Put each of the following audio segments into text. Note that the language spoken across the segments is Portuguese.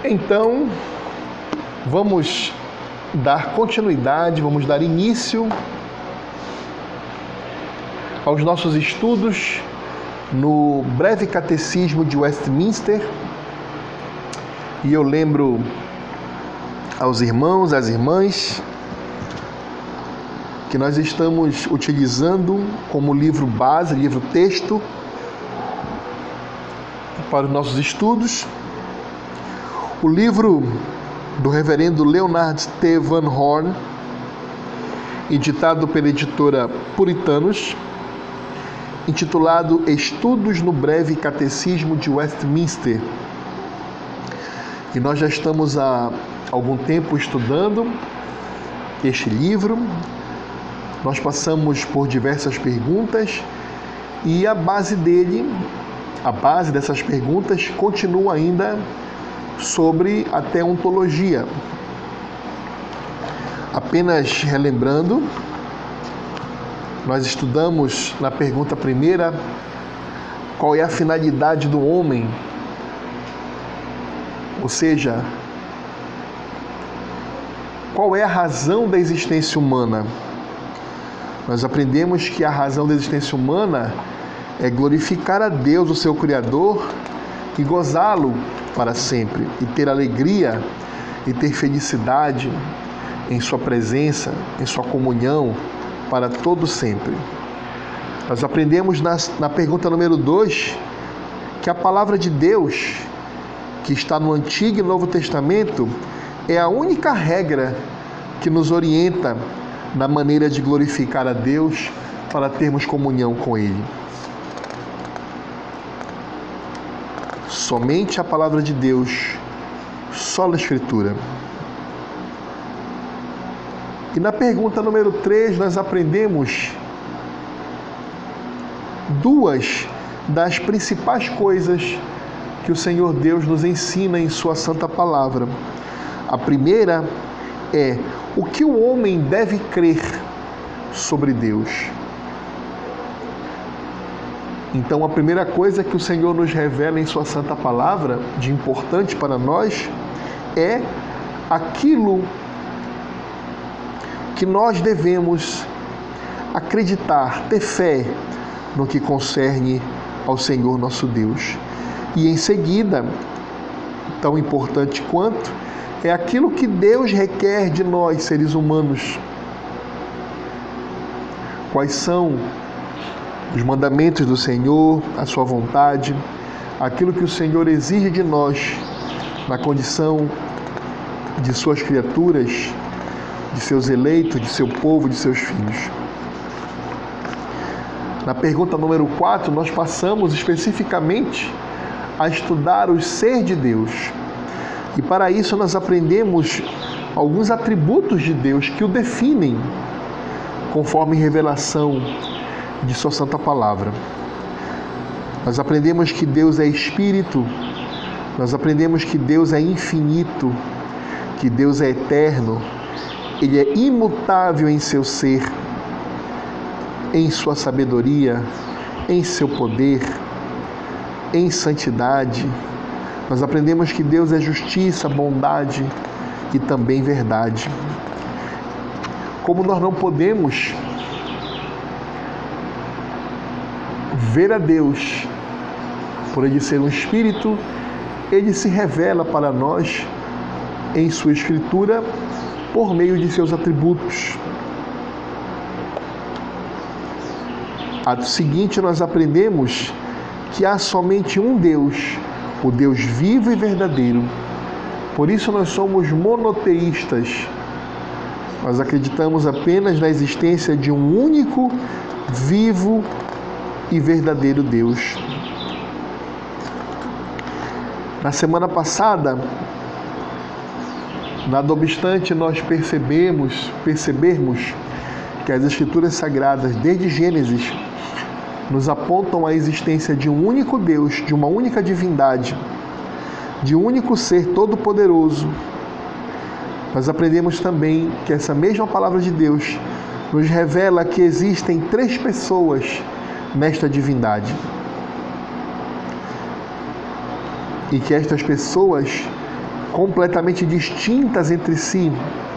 Então, vamos dar continuidade, vamos dar início aos nossos estudos no breve catecismo de Westminster. E eu lembro aos irmãos, às irmãs, que nós estamos utilizando como livro base, livro texto, para os nossos estudos, o livro do reverendo Leonard T. Van Horn, editado pela editora Puritanos, intitulado Estudos no Breve Catecismo de Westminster. E nós já estamos há algum tempo estudando este livro. Nós passamos por diversas perguntas e a base dessas perguntas continua ainda sobre a teontologia. Apenas relembrando, nós estudamos na pergunta primeira qual é a finalidade do homem, ou seja, qual é a razão da existência humana. Nós aprendemos que a razão da existência humana é glorificar a Deus, o seu Criador, e gozá-lo para sempre, e ter alegria e ter felicidade em sua presença, em sua comunhão, para todo sempre. Nós aprendemos na pergunta número 2 que a palavra de Deus, que está no Antigo e Novo Testamento, é a única regra que nos orienta na maneira de glorificar a Deus para termos comunhão com Ele. Somente a palavra de Deus, só a Escritura. E na pergunta número 3, nós aprendemos duas das principais coisas que o Senhor Deus nos ensina em sua santa palavra. A primeira é o que o homem deve crer sobre Deus. Então, a primeira coisa que o Senhor nos revela em sua santa palavra, de importante para nós, é aquilo que nós devemos acreditar, ter fé no que concerne ao Senhor nosso Deus. E em seguida, tão importante quanto, é aquilo que Deus requer de nós, seres humanos. Quais são os mandamentos do Senhor, a sua vontade, aquilo que o Senhor exige de nós na condição de suas criaturas, de seus eleitos, de seu povo, de seus filhos. Na pergunta número 4, nós passamos especificamente a estudar o ser de Deus. E para isso nós aprendemos alguns atributos de Deus que o definem, conforme revelação de sua santa palavra. Nós aprendemos que Deus é Espírito, nós aprendemos que Deus é infinito, que Deus é eterno, Ele é imutável em seu ser, em sua sabedoria, em seu poder, em santidade. Nós aprendemos que Deus é justiça, bondade e também verdade. Como nós não podemos ver a Deus, por Ele ser um Espírito, Ele se revela para nós em sua Escritura por meio de seus atributos. Ato seguinte, nós aprendemos que há somente um Deus, o Deus vivo e verdadeiro. Por isso nós somos monoteístas. Nós acreditamos apenas na existência de um único, vivo e verdadeiro Deus. Na semana passada, nada obstante nós percebermos que as Escrituras Sagradas, desde Gênesis, nos apontam a existência de um único Deus, de uma única divindade, de um único ser todo-poderoso. Nós aprendemos também que essa mesma palavra de Deus nos revela que existem 3 pessoas nesta divindade. E que estas pessoas completamente distintas entre si,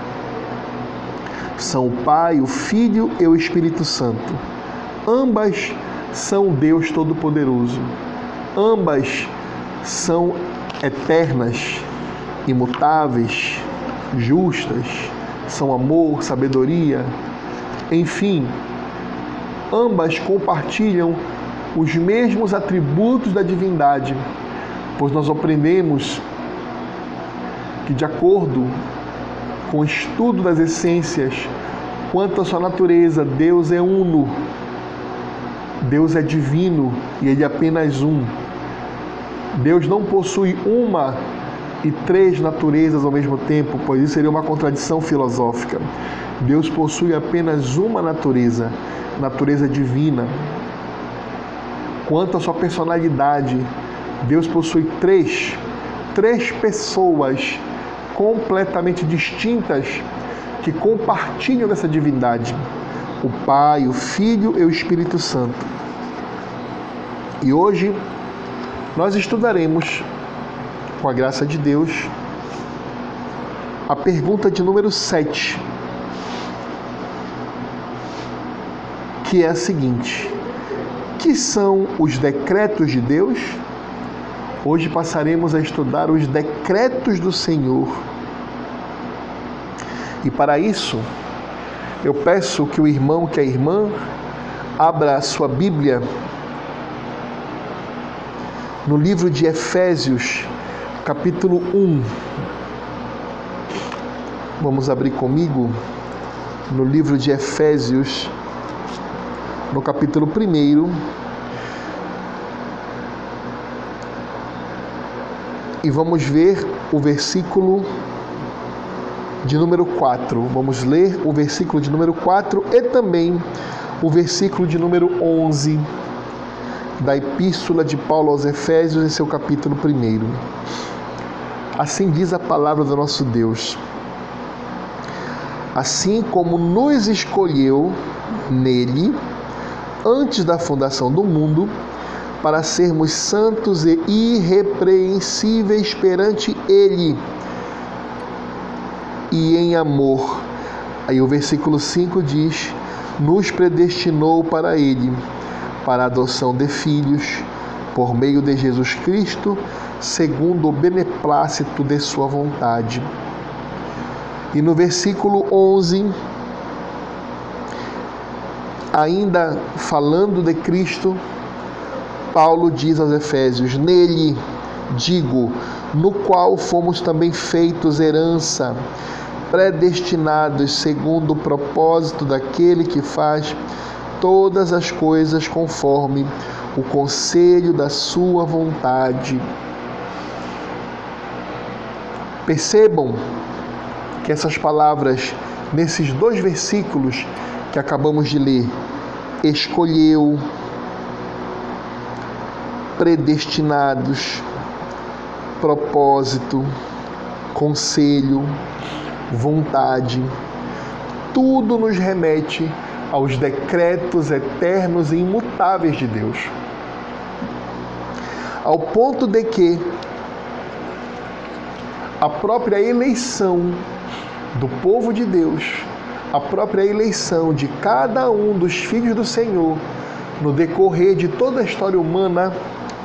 são o Pai, o Filho e o Espírito Santo. Ambas são Deus Todo-Poderoso. Ambas são eternas, imutáveis, justas, são amor, sabedoria, enfim, ambas compartilham os mesmos atributos da divindade, pois nós aprendemos que, de acordo com o estudo das essências, quanto à sua natureza, Deus é uno, Deus é divino e Ele é apenas um. Deus não possui uma e três naturezas ao mesmo tempo, pois isso seria uma contradição filosófica. Deus possui apenas uma natureza, natureza divina. Quanto à sua personalidade, Deus possui três pessoas completamente distintas que compartilham dessa divindade: o Pai, o Filho e o Espírito Santo. E hoje nós estudaremos, com a graça de Deus, a pergunta de número 7, que é a seguinte: que são os decretos de Deus? Hoje passaremos a estudar os decretos do Senhor. E para isso, eu peço que o irmão, que a irmã, abra a sua Bíblia no livro de Efésios, capítulo 1. Vamos abrir comigo no livro de Efésios, no capítulo 1. E vamos ver o versículo de número 4. Vamos ler o versículo de número 4 e também o versículo de número 11 da Epístola de Paulo aos Efésios, em seu capítulo 1. Assim diz a palavra do nosso Deus: assim como nos escolheu nele, antes da fundação do mundo, para sermos santos e irrepreensíveis perante Ele, e em amor. Aí o versículo 5 diz: nos predestinou para Ele, para a adoção de filhos, por meio de Jesus Cristo, segundo o beneplácito de sua vontade. E no versículo 11, ainda falando de Cristo, Paulo diz aos Efésios: nele, digo, no qual fomos também feitos herança, predestinados segundo o propósito daquele que faz todas as coisas conforme o conselho da sua vontade. Percebam que essas palavras, nesses 2 versículos que acabamos de ler, escolheu, predestinados, propósito, conselho, vontade, tudo nos remete aos decretos eternos e imutáveis de Deus. Ao ponto de que a própria eleição do povo de Deus, a própria eleição de cada um dos filhos do Senhor, no decorrer de toda a história humana,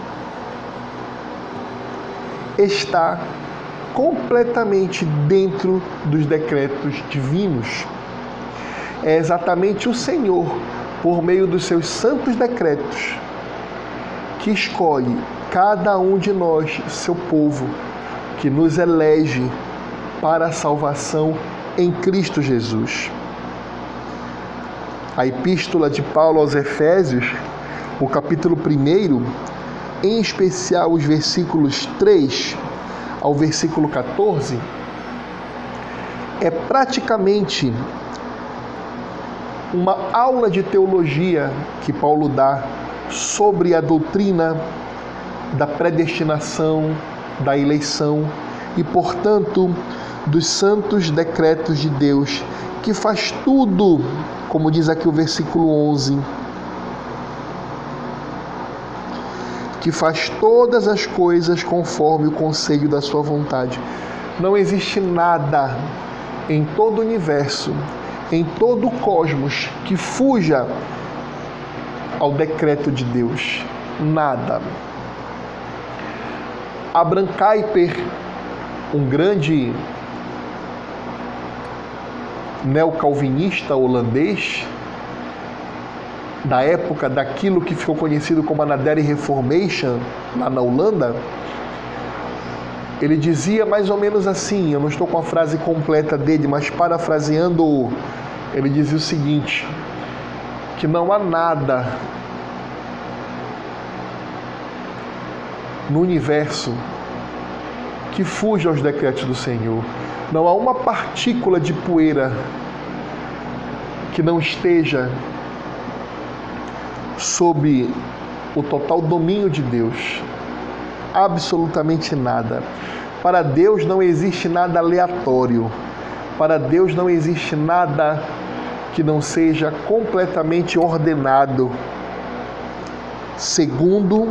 está completamente dentro dos decretos divinos. É exatamente o Senhor, por meio dos seus santos decretos, que escolhe cada um de nós, seu povo, que nos elege para a salvação em Cristo Jesus. A Epístola de Paulo aos Efésios, o capítulo 1, em especial os versículos 3 ao versículo 14, é praticamente uma aula de teologia que Paulo dá sobre a doutrina da predestinação, da eleição e, portanto, dos santos decretos de Deus, que faz tudo, como diz aqui o versículo 11, que faz todas as coisas conforme o conselho da sua vontade. Não existe nada em todo o universo, em todo o cosmos, que fuja ao decreto de Deus. Nada. Abraham Kuyper, um grande neocalvinista holandês, da época daquilo que ficou conhecido como a Nader Reformation, lá na Holanda, ele dizia mais ou menos assim, eu não estou com a frase completa dele, mas parafraseando, ele dizia o seguinte, que não há nada no universo que fuja aos decretos do Senhor. Não há uma partícula de poeira que não esteja sob o total domínio de Deus. Absolutamente nada. Para Deus não existe nada aleatório. Para Deus não existe nada que não seja completamente ordenado. Segundo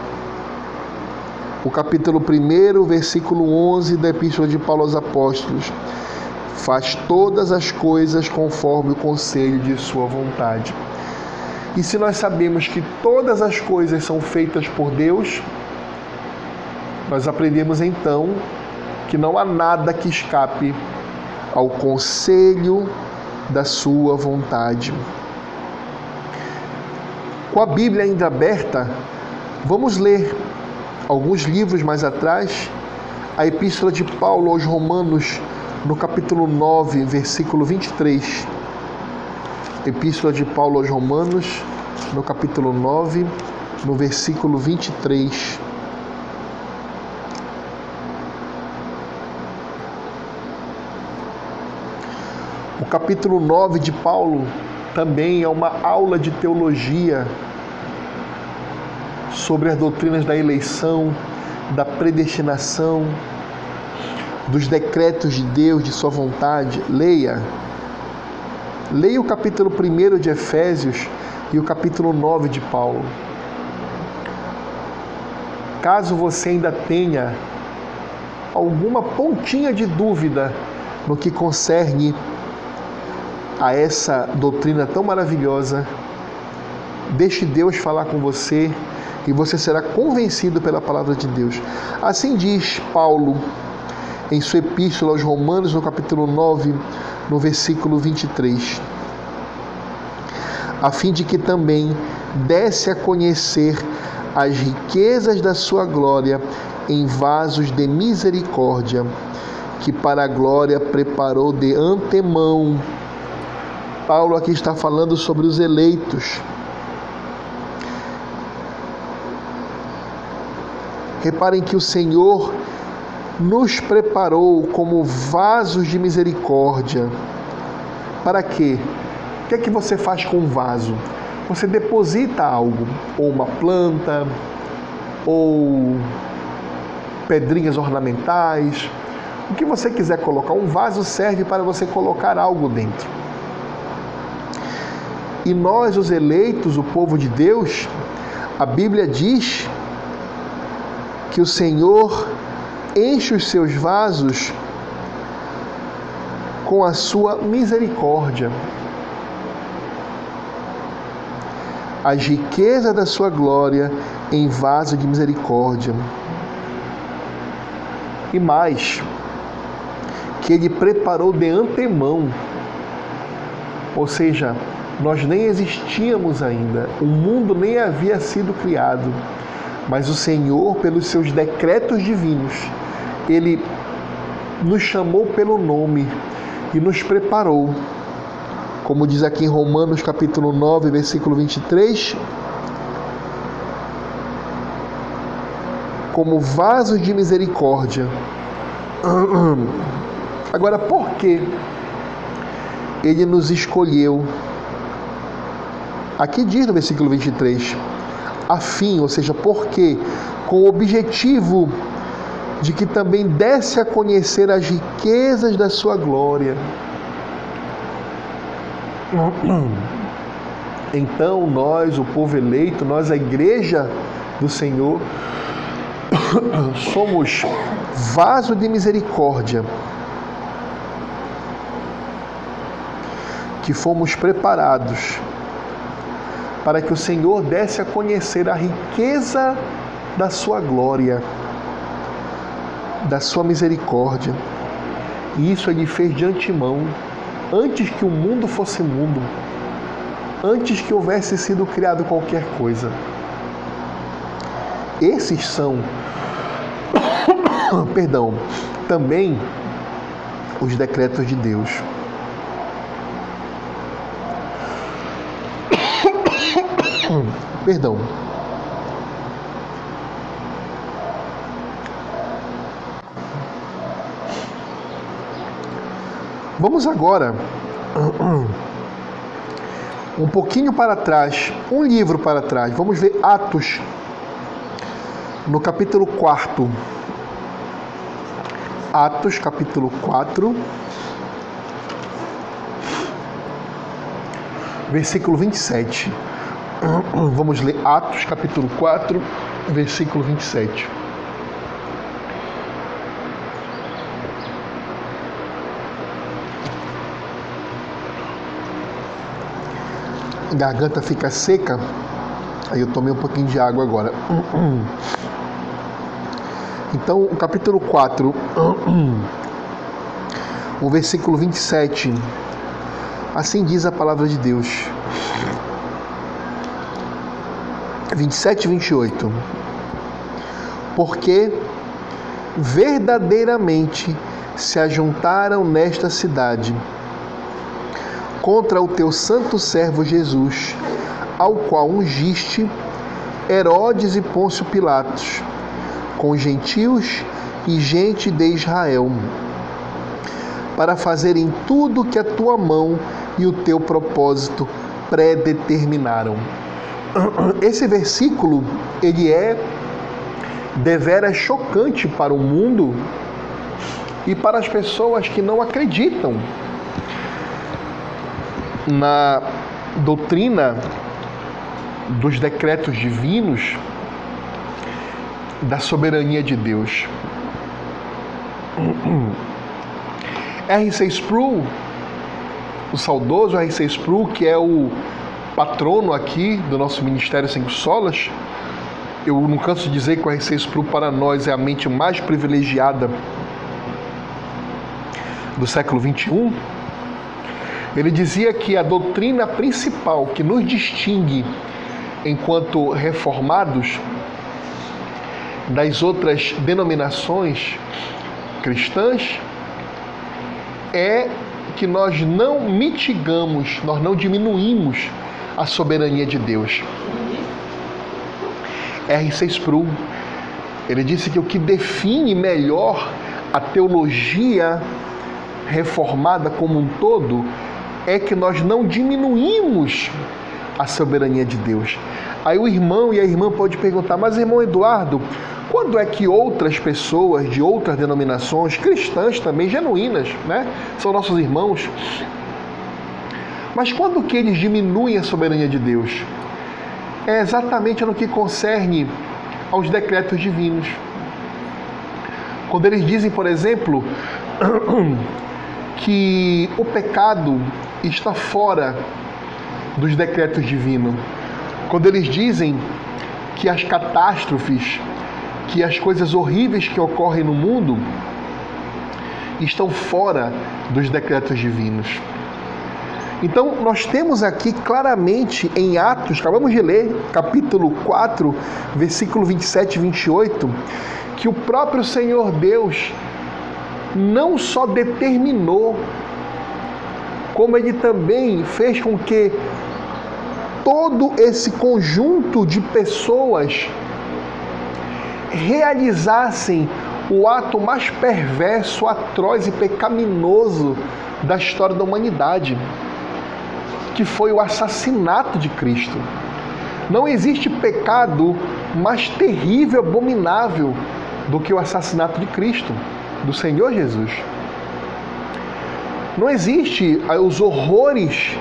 o capítulo 1, versículo 11 da Epístola de Paulo aos Apóstolos, faz todas as coisas conforme o conselho de sua vontade. E se nós sabemos que todas as coisas são feitas por Deus, nós aprendemos então que não há nada que escape ao conselho da sua vontade. Com a Bíblia ainda aberta, vamos ler alguns livros mais atrás, a Epístola de Paulo aos Romanos, no capítulo 9, versículo 23. Epístola de Paulo aos Romanos, no capítulo 9, no versículo 23. O capítulo 9 de Paulo também é uma aula de teologia sobre as doutrinas da eleição, da predestinação, dos decretos de Deus, de sua vontade. Leia o capítulo 1 de Efésios e o capítulo 9 de Paulo. Caso você ainda tenha alguma pontinha de dúvida no que concerne a essa doutrina tão maravilhosa, deixe Deus falar com você e você será convencido pela palavra de Deus. Assim diz Paulo em sua epístola aos Romanos, no capítulo 9, no versículo 23. A fim de que também desse a conhecer as riquezas da sua glória em vasos de misericórdia, que para a glória preparou de antemão. Paulo aqui está falando sobre os eleitos. Reparem que o Senhor nos preparou como vasos de misericórdia. Para quê? O que é que você faz com um vaso? Você deposita algo, ou uma planta, ou pedrinhas ornamentais, o que você quiser colocar. Um vaso serve para você colocar algo dentro. E nós, os eleitos, o povo de Deus, a Bíblia diz que o Senhor enche os seus vasos com a sua misericórdia. As riquezas da sua glória em vaso de misericórdia. E mais, que Ele preparou de antemão. Ou seja, nós nem existíamos ainda, o mundo nem havia sido criado. Mas o Senhor, pelos seus decretos divinos, Ele nos chamou pelo nome e nos preparou. Como diz aqui em Romanos capítulo 9, versículo 23, como vasos de misericórdia. Agora, por que Ele nos escolheu? Aqui diz no versículo 23, a fim, ou seja, porque, com o objetivo de que também desse a conhecer as riquezas da sua glória. Então nós, o povo eleito, nós, a igreja do Senhor, somos vaso de misericórdia, que fomos preparados para que o Senhor desse a conhecer a riqueza da sua glória, da sua misericórdia. E isso Ele fez de antemão, antes que o mundo fosse mundo, antes que houvesse sido criado qualquer coisa. Esses são, também os decretos de Deus. Vamos agora um pouquinho para trás, um livro para trás. Vamos ver Atos, no capítulo 4. Atos, capítulo 4, versículo 27. Vamos ler Atos, capítulo 4, versículo 27. A garganta fica seca, aí eu tomei um pouquinho de água agora. Então, o capítulo 4, o versículo 27, assim diz a palavra de Deus. 27 e 28. Porque verdadeiramente se ajuntaram nesta cidade contra o teu santo servo Jesus, ao qual ungiste Herodes e Pôncio Pilatos, com gentios e gente de Israel, para fazerem tudo que a tua mão e o teu propósito predeterminaram. Esse versículo, ele é deveras chocante para o mundo e para as pessoas que não acreditam na doutrina dos decretos divinos, da soberania de Deus. R.C. Sproul, o saudoso R.C. Sproul, que é o patrono aqui do nosso Ministério Cinco Solas, eu não canso de dizer que o R.C. Sproul para nós é a mente mais privilegiada do século XXI. Ele dizia que a doutrina principal que nos distingue enquanto reformados das outras denominações cristãs é que nós não mitigamos, nós não diminuímos a soberania de Deus. R.C. Sproul, ele disse que o que define melhor a teologia reformada como um todo é que nós não diminuímos a soberania de Deus. Aí o irmão e a irmã pode perguntar, mas irmão Eduardo, quando é que outras pessoas de outras denominações, cristãs também, genuínas, né, são nossos irmãos, mas quando que eles diminuem a soberania de Deus? É exatamente no que concerne aos decretos divinos. Quando eles dizem, por exemplo, que o pecado está fora dos decretos divinos. Quando eles dizem que as catástrofes, que as coisas horríveis que ocorrem no mundo estão fora dos decretos divinos. Então, nós temos aqui claramente em Atos, acabamos de ler, capítulo 4, versículo 27 e 28, que o próprio Senhor Deus não só determinou, como Ele também fez com que todo esse conjunto de pessoas realizassem o ato mais perverso, atroz e pecaminoso da história da humanidade, que foi o assassinato de Cristo. Não existe pecado mais terrível, abominável do que o assassinato de Cristo, do Senhor Jesus. Não existe os horrores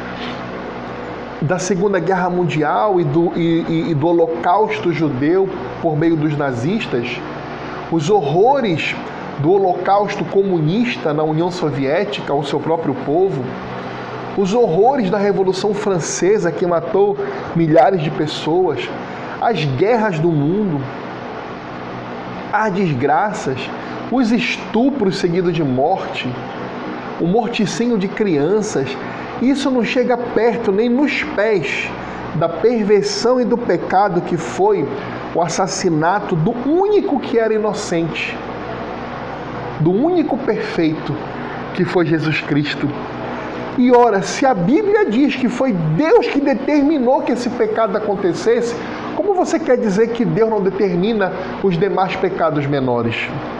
da Segunda Guerra Mundial e do Holocausto judeu por meio dos nazistas os horrores do Holocausto comunista na União Soviética ao seu próprio povo, os horrores da Revolução Francesa que matou milhares de pessoas, as guerras do mundo, as desgraças, os estupros seguidos de morte, o morticínio de crianças, isso não chega perto nem nos pés da perversão e do pecado que foi o assassinato do único que era inocente, do único perfeito que foi Jesus Cristo. E ora, se a Bíblia diz que foi Deus que determinou que esse pecado acontecesse, como você quer dizer que Deus não determina os demais pecados menores?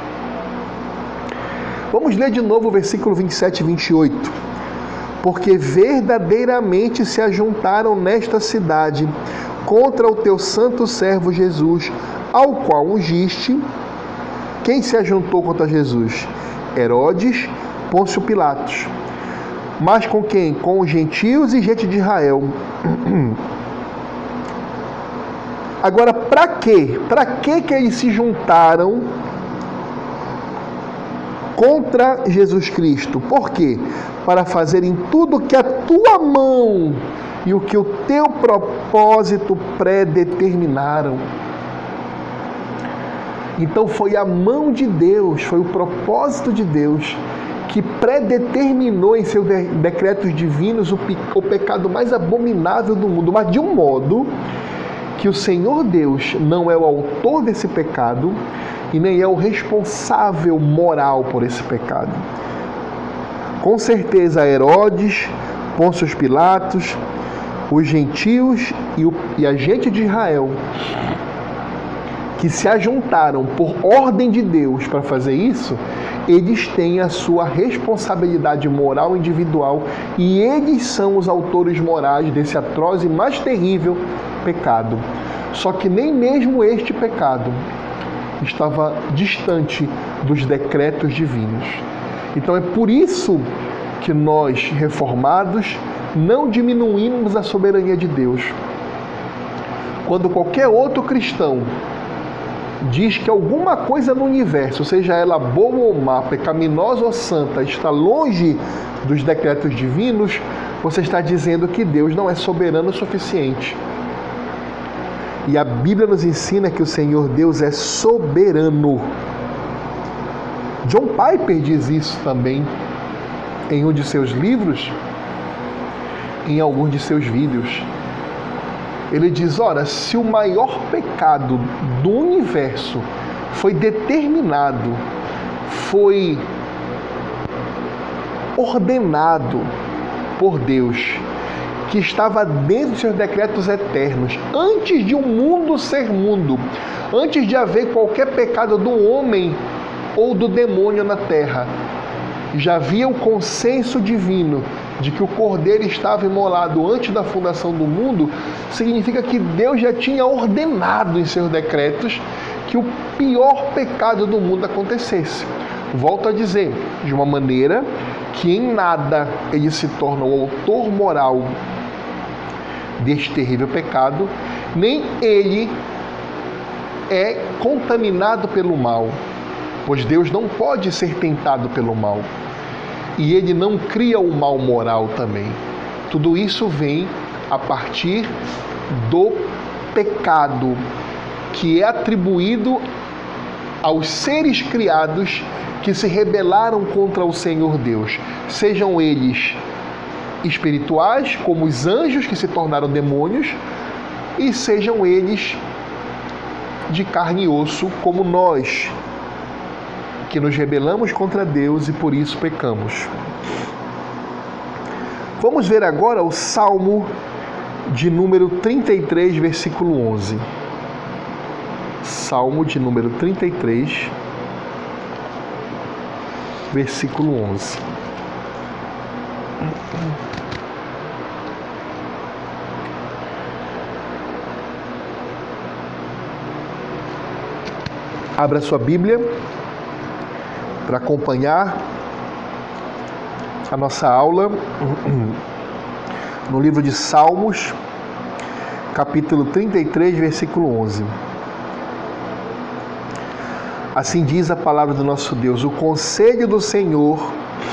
Vamos ler de novo o versículo 27 e 28. Porque verdadeiramente se ajuntaram nesta cidade contra o teu santo servo Jesus, ao qual ungiste. Quem se ajuntou contra Jesus? Herodes, Pôncio Pilatos. Mas com quem? Com os gentios e gente de Israel. Agora, para quê? Para que eles se juntaram contra Jesus Cristo? Por quê? Para fazerem tudo que a tua mão e o que o teu propósito predeterminaram. Então foi a mão de Deus, foi o propósito de Deus que predeterminou em seus decretos divinos o pecado mais abominável do mundo, mas de um modo que o Senhor Deus não é o autor desse pecado e nem é o responsável moral por esse pecado. Com certeza Herodes, Pôncio Pilatos, os gentios e a gente de Israel que se ajuntaram por ordem de Deus para fazer isso, eles têm a sua responsabilidade moral individual e eles são os autores morais desse atroz e mais terrível pecado. Só que nem mesmo este pecado estava distante dos decretos divinos. Então é por isso que nós, reformados, não diminuímos a soberania de Deus. Quando qualquer outro cristão diz que alguma coisa no universo, seja ela boa ou má, pecaminosa ou santa, está longe dos decretos divinos, você está dizendo que Deus não é soberano o suficiente. E a Bíblia nos ensina que o Senhor Deus é soberano. John Piper diz isso também em um de seus livros, em alguns de seus vídeos. Ele diz, ora, se o maior pecado do universo foi determinado, foi ordenado por Deus, que estava dentro dos seus decretos eternos, antes de o mundo ser mundo, antes de haver qualquer pecado do homem ou do demônio na terra, já havia o consenso divino de que o Cordeiro estava imolado antes da fundação do mundo, significa que Deus já tinha ordenado em seus decretos que o pior pecado do mundo acontecesse. Volto a dizer, de uma maneira que em nada ele se torna o autor moral deste terrível pecado, nem ele é contaminado pelo mal, pois Deus não pode ser tentado pelo mal. E ele não cria o mal moral também. Tudo isso vem a partir do pecado que é atribuído aos seres criados que se rebelaram contra o Senhor Deus. Sejam eles espirituais, como os anjos que se tornaram demônios, e sejam eles de carne e osso, como nós, que nos rebelamos contra Deus e por isso pecamos. Vamos ver agora o Salmo de número 33, versículo 11. Salmo de número 33, versículo 11. Abra sua Bíblia para acompanhar a nossa aula no livro de Salmos, capítulo 33, versículo 11. Assim diz a palavra do nosso Deus: o conselho do Senhor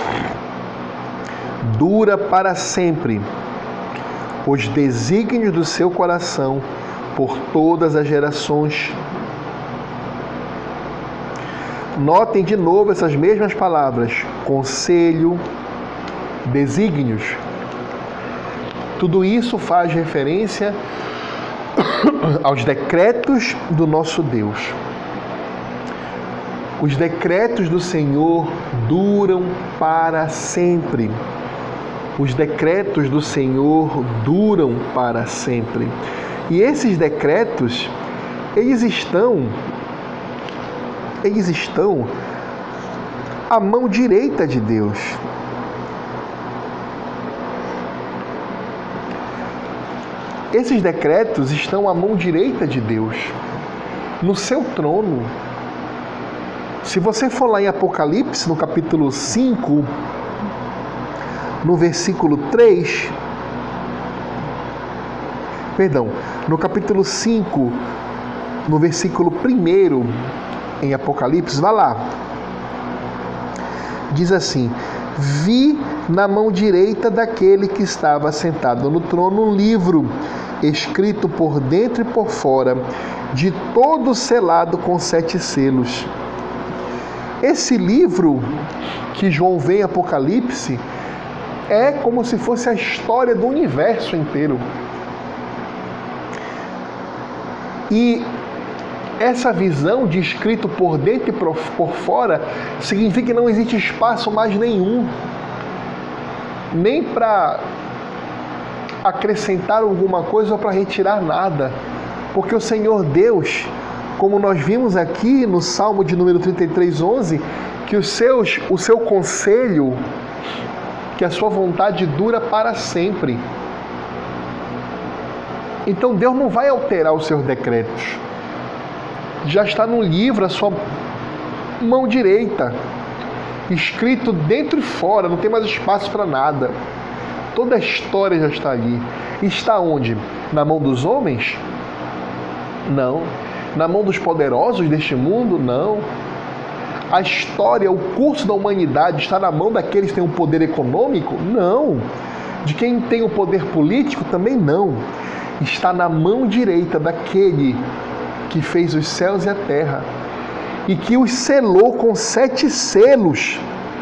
dura para sempre, os desígnios do seu coração por todas as gerações. Notem de novo essas mesmas palavras: conselho, desígnios. Tudo isso faz referência aos decretos do nosso Deus. Os decretos do Senhor duram para sempre. Os decretos do Senhor duram para sempre. E esses decretos, eles estão à mão direita de Deus. Esses decretos estão à mão direita de Deus, no seu trono. Se você for lá em Apocalipse, no capítulo 5, no versículo 3, no capítulo 5, no versículo 1, em Apocalipse, vá lá. Diz assim: vi na mão direita daquele que estava sentado no trono um livro, escrito por dentro e por fora, de todo selado com 7 selos. Esse livro que João vê em Apocalipse é como se fosse a história do universo inteiro. E essa visão de escrito por dentro e por fora significa que não existe espaço mais nenhum, nem para acrescentar alguma coisa ou para retirar nada, porque o Senhor Deus, como nós vimos aqui no Salmo de número 33:11, que o seu conselho, que a sua vontade dura para sempre. Então Deus não vai alterar os seus decretos. Já está no livro, a sua mão direita, escrito dentro e fora, não tem mais espaço para nada. Toda a história já está ali. Está onde? Na mão dos homens? Não. Na mão dos poderosos deste mundo? Não. A história, o curso da humanidade está na mão daqueles que têm um poder econômico? Não. De quem tem o poder político? Também não. Está na mão direita daquele que fez os céus e a terra e que os selou com 7 selos.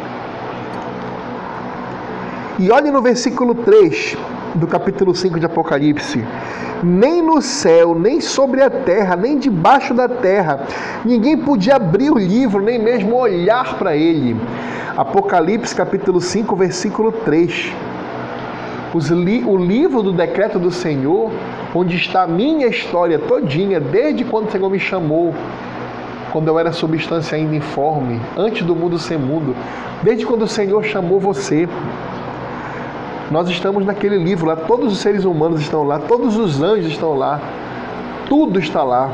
E olhe no versículo 3 do capítulo 5 de Apocalipse: nem no céu, nem sobre a terra, nem debaixo da terra, ninguém podia abrir o livro, nem mesmo olhar para ele. Apocalipse capítulo 5, versículo 3. O livro do decreto do Senhor, onde está a minha história todinha, desde quando o Senhor me chamou, quando eu era substância ainda informe, antes do mundo ser mundo, desde quando o Senhor chamou você. Nós estamos naquele livro lá, todos os seres humanos estão lá, todos os anjos estão lá, tudo está lá.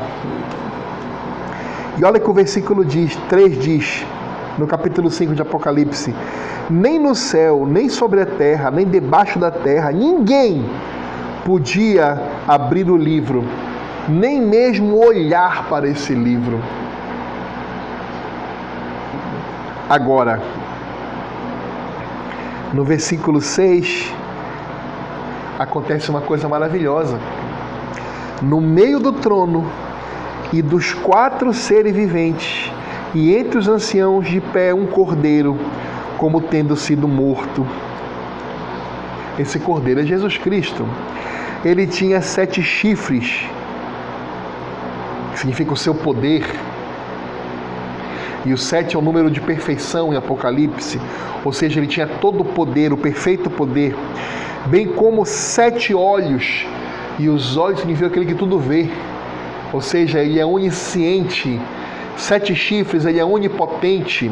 E olha que o versículo 3 diz, no capítulo 5 de Apocalipse: nem no céu, nem sobre a terra, nem debaixo da terra, ninguém podia abrir o livro, nem mesmo olhar para esse livro. Agora, no versículo 6, acontece uma coisa maravilhosa. No meio do trono e dos 4 seres viventes, e entre os anciãos de pé um cordeiro, como tendo sido morto. Esse cordeiro é Jesus Cristo. Ele tinha 7 chifres, que significa o seu poder. E o 7 é o número de perfeição em Apocalipse, ou seja, ele tinha todo o poder, o perfeito poder, bem como 7 olhos, e os olhos significam aquele que tudo vê, ou seja, ele é onisciente. 7 chifres, ele é onipotente,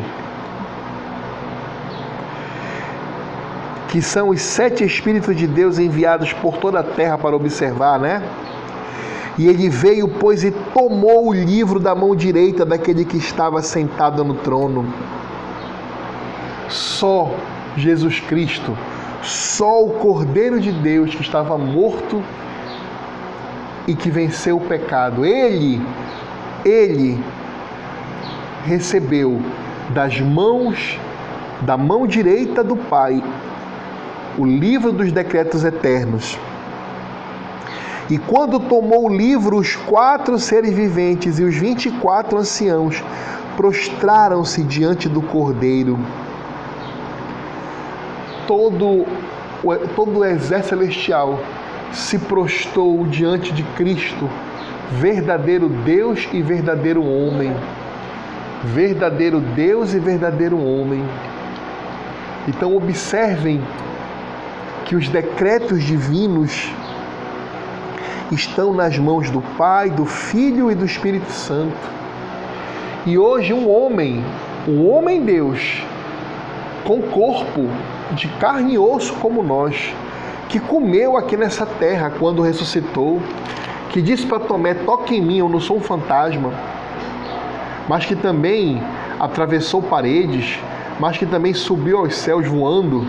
que são os 7 Espíritos de Deus enviados por toda a terra para observar, né? E ele veio, pois, e tomou o livro da mão direita daquele que estava sentado no trono. Só Jesus Cristo, só o Cordeiro de Deus que estava morto e que venceu o pecado, ele recebeu da mão direita do Pai o livro dos decretos eternos. E quando tomou o livro, os 4 seres viventes e os 24 anciãos prostraram-se diante do Cordeiro. Todo o exército celestial se prostrou diante de Cristo, verdadeiro Deus e verdadeiro homem. Verdadeiro Deus e verdadeiro homem. Então observem que os decretos divinos estão nas mãos do Pai, do Filho e do Espírito Santo. E hoje um homem Deus, com corpo de carne e osso como nós, que comeu aqui nessa terra quando ressuscitou, que disse para Tomé: toque em mim, eu não sou um fantasma, mas que também atravessou paredes, mas que também subiu aos céus voando.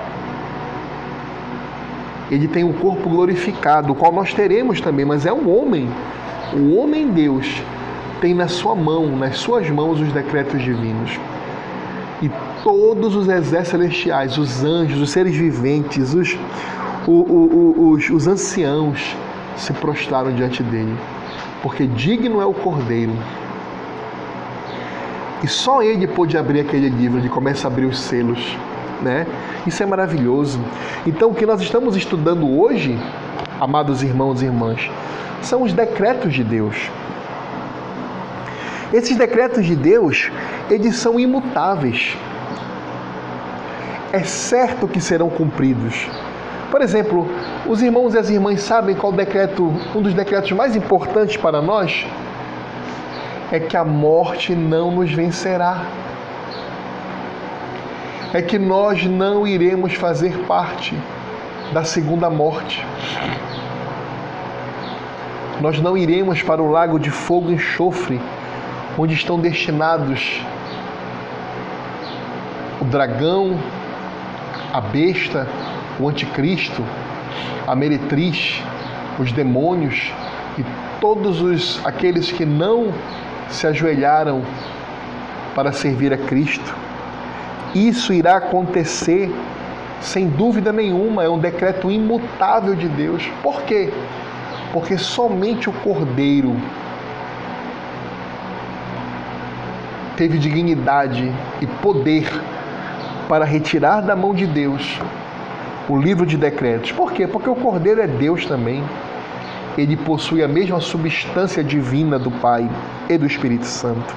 Ele tem um corpo glorificado, o qual nós teremos também, mas é um homem. O homem Deus tem na sua mão, nas suas mãos, os decretos divinos. E todos os exércitos celestiais, os anjos, os seres viventes, os anciãos se prostraram diante dele, porque digno é o Cordeiro. E só ele pôde abrir aquele livro, ele começa a abrir os selos, né? Isso é maravilhoso. Então, o que nós estamos estudando hoje, amados irmãos e irmãs, são os decretos de Deus. Esses decretos de Deus, eles são imutáveis. É certo que serão cumpridos. Por exemplo, os irmãos e as irmãs sabem qual decreto, um dos decretos mais importantes para nós? É que a morte não nos vencerá. É que nós não iremos fazer parte da segunda morte. Nós não iremos para o lago de fogo e enxofre, onde estão destinados o dragão, a besta, o anticristo, a meretriz, os demônios e todos aqueles que não se ajoelharam para servir a Cristo. Isso irá acontecer sem dúvida nenhuma, é um decreto imutável de Deus. Por quê? Porque somente o Cordeiro teve dignidade e poder para retirar da mão de Deus o livro de decretos. Por quê? Porque o Cordeiro é Deus também. Ele possui a mesma substância divina do Pai e do Espírito Santo.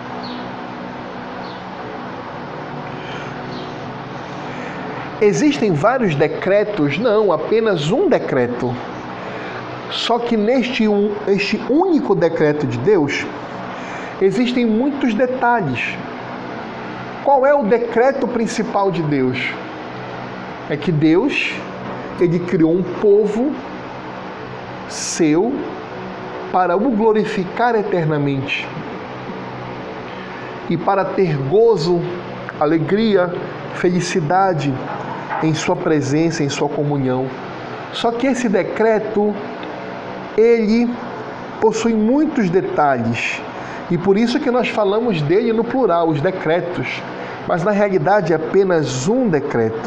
Existem vários decretos? Não, apenas um decreto. Só que neste único decreto de Deus, existem muitos detalhes. Qual é o decreto principal de Deus? É que Deus, ele criou um povo seu para o glorificar eternamente e para ter gozo, alegria, felicidade em sua presença, em sua comunhão. Só que esse decreto, ele possui muitos detalhes e por isso que nós falamos dele no plural, os decretos, mas na realidade é apenas um decreto.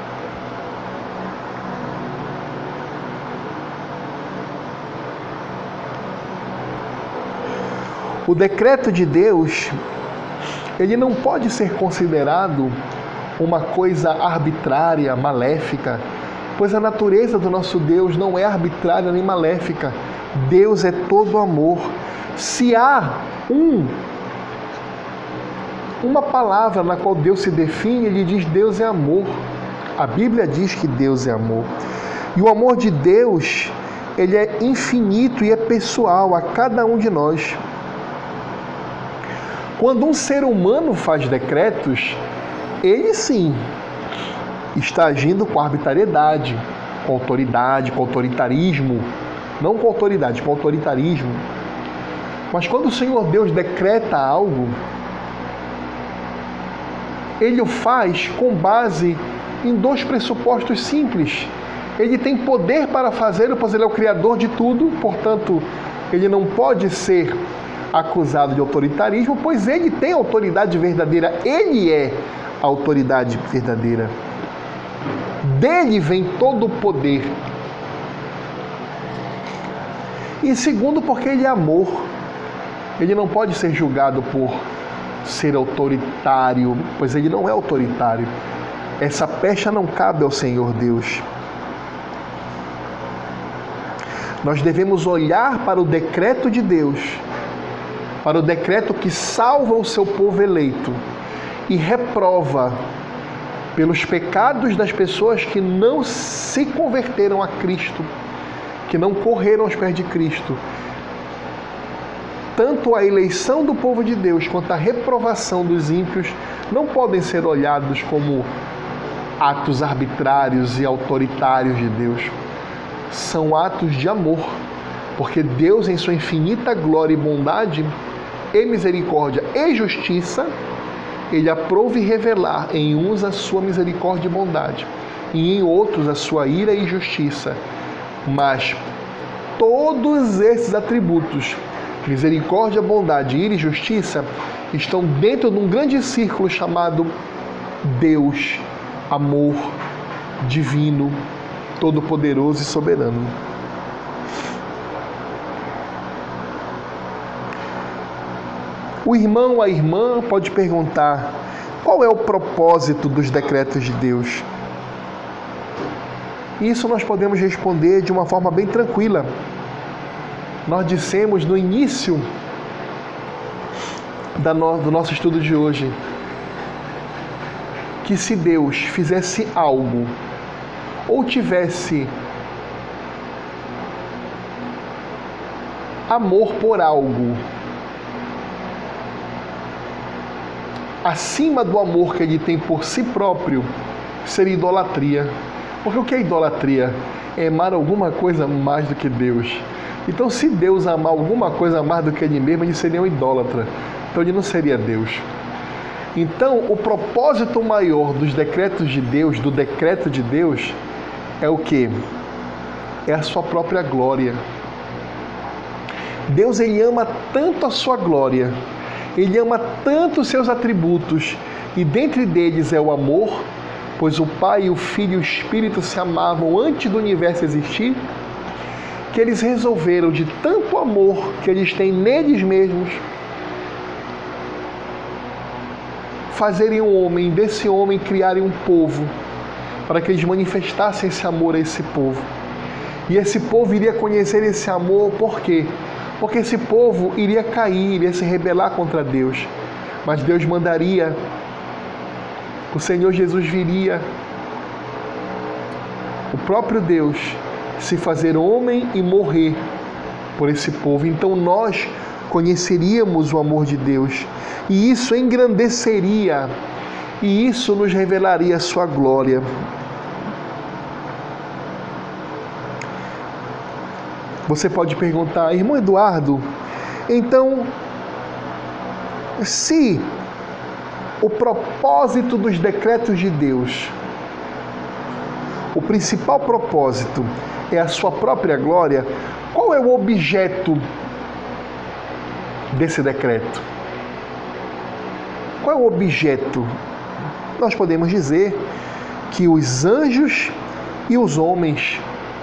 O decreto de Deus, ele não pode ser considerado uma coisa arbitrária, maléfica, pois a natureza do nosso Deus não é arbitrária nem maléfica. Deus é todo amor. Se há uma palavra na qual Deus se define, ele diz: Deus é amor. A Bíblia diz que Deus é amor. E o amor de Deus, ele é infinito e é pessoal a cada um de nós. Quando um ser humano faz decretos, ele sim está agindo com arbitrariedade, com autoridade, com autoritarismo. Não com autoridade, com autoritarismo. Mas quando o Senhor Deus decreta algo, ele o faz com base em dois pressupostos simples. Ele tem poder para fazê-lo, pois ele é o Criador de tudo, portanto, ele não pode ser acusado de autoritarismo, pois ele tem autoridade verdadeira, ele é a autoridade verdadeira. Dele vem todo o poder. E segundo, porque ele é amor. Ele não pode ser julgado por ser autoritário, pois ele não é autoritário. Essa pecha não cabe ao Senhor Deus. Nós devemos olhar para o decreto de Deus, para o decreto que salva o seu povo eleito e reprova pelos pecados das pessoas que não se converteram a Cristo, que não correram aos pés de Cristo. Tanto a eleição do povo de Deus quanto a reprovação dos ímpios não podem ser olhados como atos arbitrários e autoritários de Deus. São atos de amor, porque Deus, em sua infinita glória e bondade, e misericórdia e justiça, Ele aprova e revelar em uns a sua misericórdia e bondade, e em outros a sua ira e justiça. Mas todos esses atributos, misericórdia, bondade, ira e justiça, estão dentro de um grande círculo chamado Deus, amor, divino, todo-poderoso e soberano. O irmão, a irmã pode perguntar: qual é o propósito dos decretos de Deus? Isso nós podemos responder de uma forma bem tranquila. Nós dissemos no início do nosso estudo de hoje que se Deus fizesse algo ou tivesse amor por algo acima do amor que Ele tem por si próprio, seria idolatria. Porque o que é idolatria? É amar alguma coisa mais do que Deus. Então, se Deus amar alguma coisa mais do que Ele mesmo, Ele seria um idólatra. Então, Ele não seria Deus. Então, o propósito maior dos decretos de Deus, do decreto de Deus, é o quê? É a sua própria glória. Deus, Ele ama tanto a sua glória, Ele ama tanto os seus atributos, e dentre deles é o amor, pois o Pai, o Filho e o Espírito se amavam antes do universo existir, que eles resolveram, de tanto amor que eles têm neles mesmos, fazerem um homem, desse homem criarem um povo, para que eles manifestassem esse amor a esse povo. E esse povo iria conhecer esse amor, por quê? Porque esse povo iria cair, iria se rebelar contra Deus. Mas Deus mandaria, o Senhor Jesus viria, o próprio Deus, se fazer homem e morrer por esse povo. Então nós conheceríamos o amor de Deus, e isso engrandeceria, e isso nos revelaria a sua glória. Você pode perguntar: irmão Eduardo, então, se o propósito dos decretos de Deus, o principal propósito é a sua própria glória, qual é o objeto desse decreto? Qual é o objeto? Nós podemos dizer que os anjos e os homens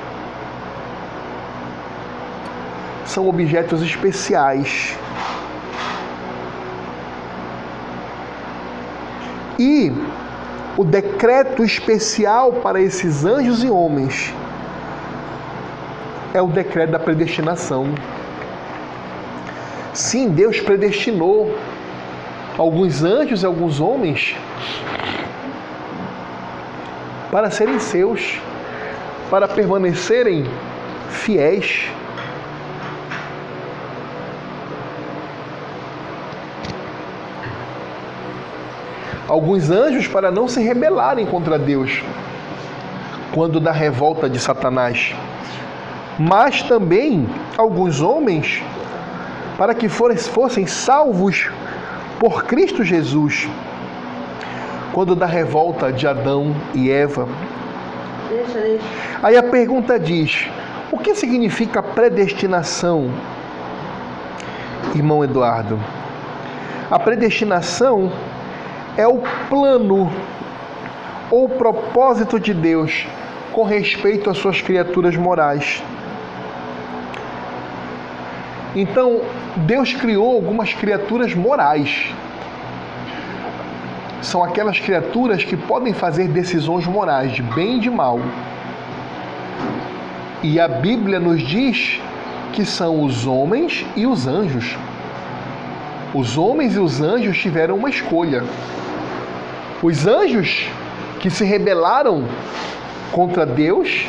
são objetos especiais. E o decreto especial para esses anjos e homens é o decreto da predestinação. Sim, Deus predestinou alguns anjos e alguns homens para serem seus, para permanecerem fiéis. Alguns anjos para não se rebelarem contra Deus quando da revolta de Satanás, mas também alguns homens para que fossem salvos por Cristo Jesus quando da revolta de Adão e Eva. Aí a pergunta diz: o que significa predestinação? irmão Eduardo? A predestinação é o plano ou propósito de Deus com respeito às suas criaturas morais. Então, Deus criou algumas criaturas morais. São aquelas criaturas que podem fazer decisões morais, de bem e de mal. E a Bíblia nos diz que são os homens e os anjos. Os homens e os anjos tiveram uma escolha. Os anjos que se rebelaram contra Deus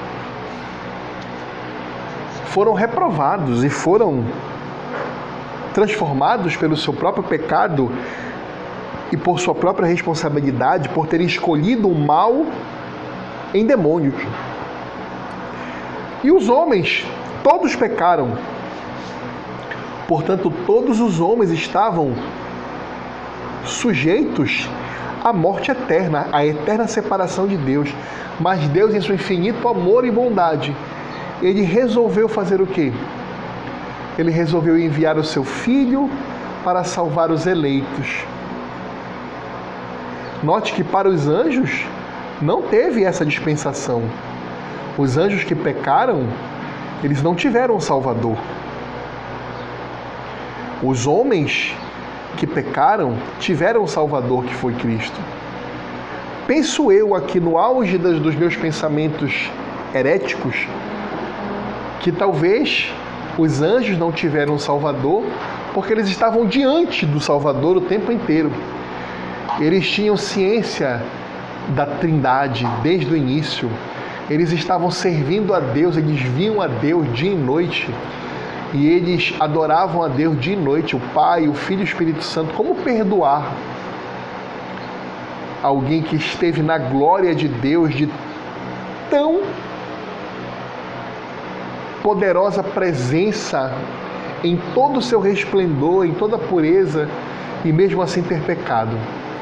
foram reprovados e foram transformados pelo seu próprio pecado e por sua própria responsabilidade, por terem escolhido o mal em demônios. E os homens, todos pecaram. Portanto, todos os homens estavam sujeitos à morte eterna, à eterna separação de Deus. Mas Deus, em seu infinito amor e bondade, Ele resolveu fazer o quê? Ele resolveu enviar o seu Filho para salvar os eleitos. Note que para os anjos não teve essa dispensação. Os anjos que pecaram, eles não tiveram um Salvador. Os homens que pecaram tiveram um Salvador, que foi Cristo. Penso eu aqui no auge dos meus pensamentos heréticos, que talvez os anjos não tiveram um Salvador porque eles estavam diante do Salvador o tempo inteiro. Eles tinham ciência da Trindade desde o início. Eles estavam servindo a Deus, eles viam a Deus dia e noite. E eles adoravam a Deus dia e noite, o Pai, o Filho e o Espírito Santo. Como perdoar alguém que esteve na glória de Deus, de tão poderosa presença, em todo o seu resplendor, em toda a pureza, e mesmo assim ter pecado?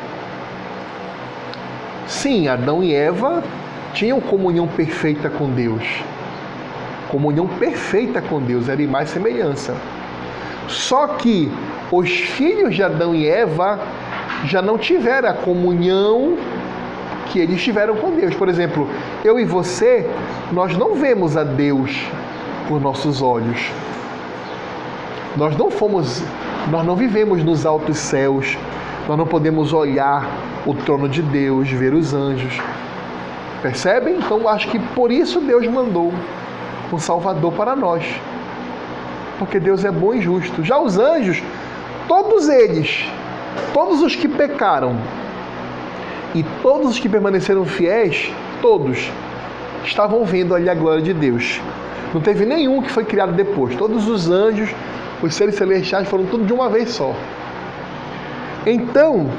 Sim, Adão e Eva tinham comunhão perfeita com Deus. Comunhão perfeita com Deus, era imagem e semelhança. Só que os filhos de Adão e Eva já não tiveram a comunhão que eles tiveram com Deus. Por exemplo, eu e você, nós não vemos a Deus por nossos olhos. Nós não vivemos nos altos céus. Nós não podemos olhar o trono de Deus, ver os anjos. Percebem? Então, acho que por isso Deus mandou um Salvador para nós. Porque Deus é bom e justo. Já os anjos, todos eles, todos os que pecaram e todos os que permaneceram fiéis, todos estavam vendo ali a glória de Deus. Não teve nenhum que foi criado depois. Todos os anjos, os seres celestiais, foram tudo de uma vez só. Então,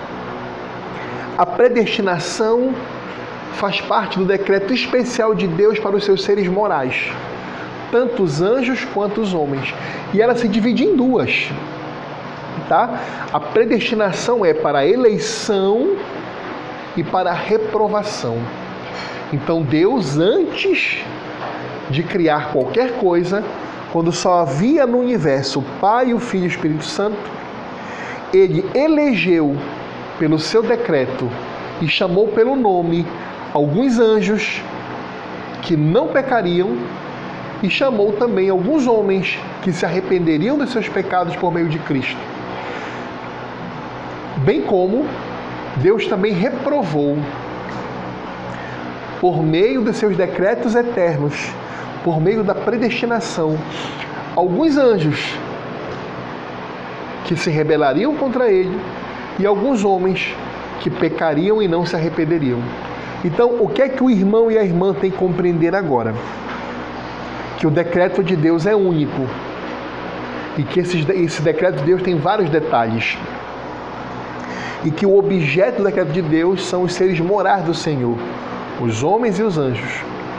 a predestinação faz parte do decreto especial de Deus para os seus seres morais, tanto os anjos quanto os homens. E ela se divide em duas, tá? A predestinação é para a eleição e para a reprovação. Então Deus, antes de criar qualquer coisa, quando só havia no universo o Pai, o Filho e o Espírito Santo, Ele elegeu pelo seu decreto e chamou pelo nome alguns anjos que não pecariam e chamou também alguns homens que se arrependeriam dos seus pecados por meio de Cristo. Bem como Deus também reprovou, por meio de seus decretos eternos, por meio da predestinação, alguns anjos que se rebelariam contra Ele e alguns homens que pecariam e não se arrependeriam. Então, o que é que o irmão e a irmã têm que compreender agora? Que o decreto de Deus é único e que esse decreto de Deus tem vários detalhes. E que o objeto do decreto de Deus são os seres morais do Senhor, os homens e os anjos.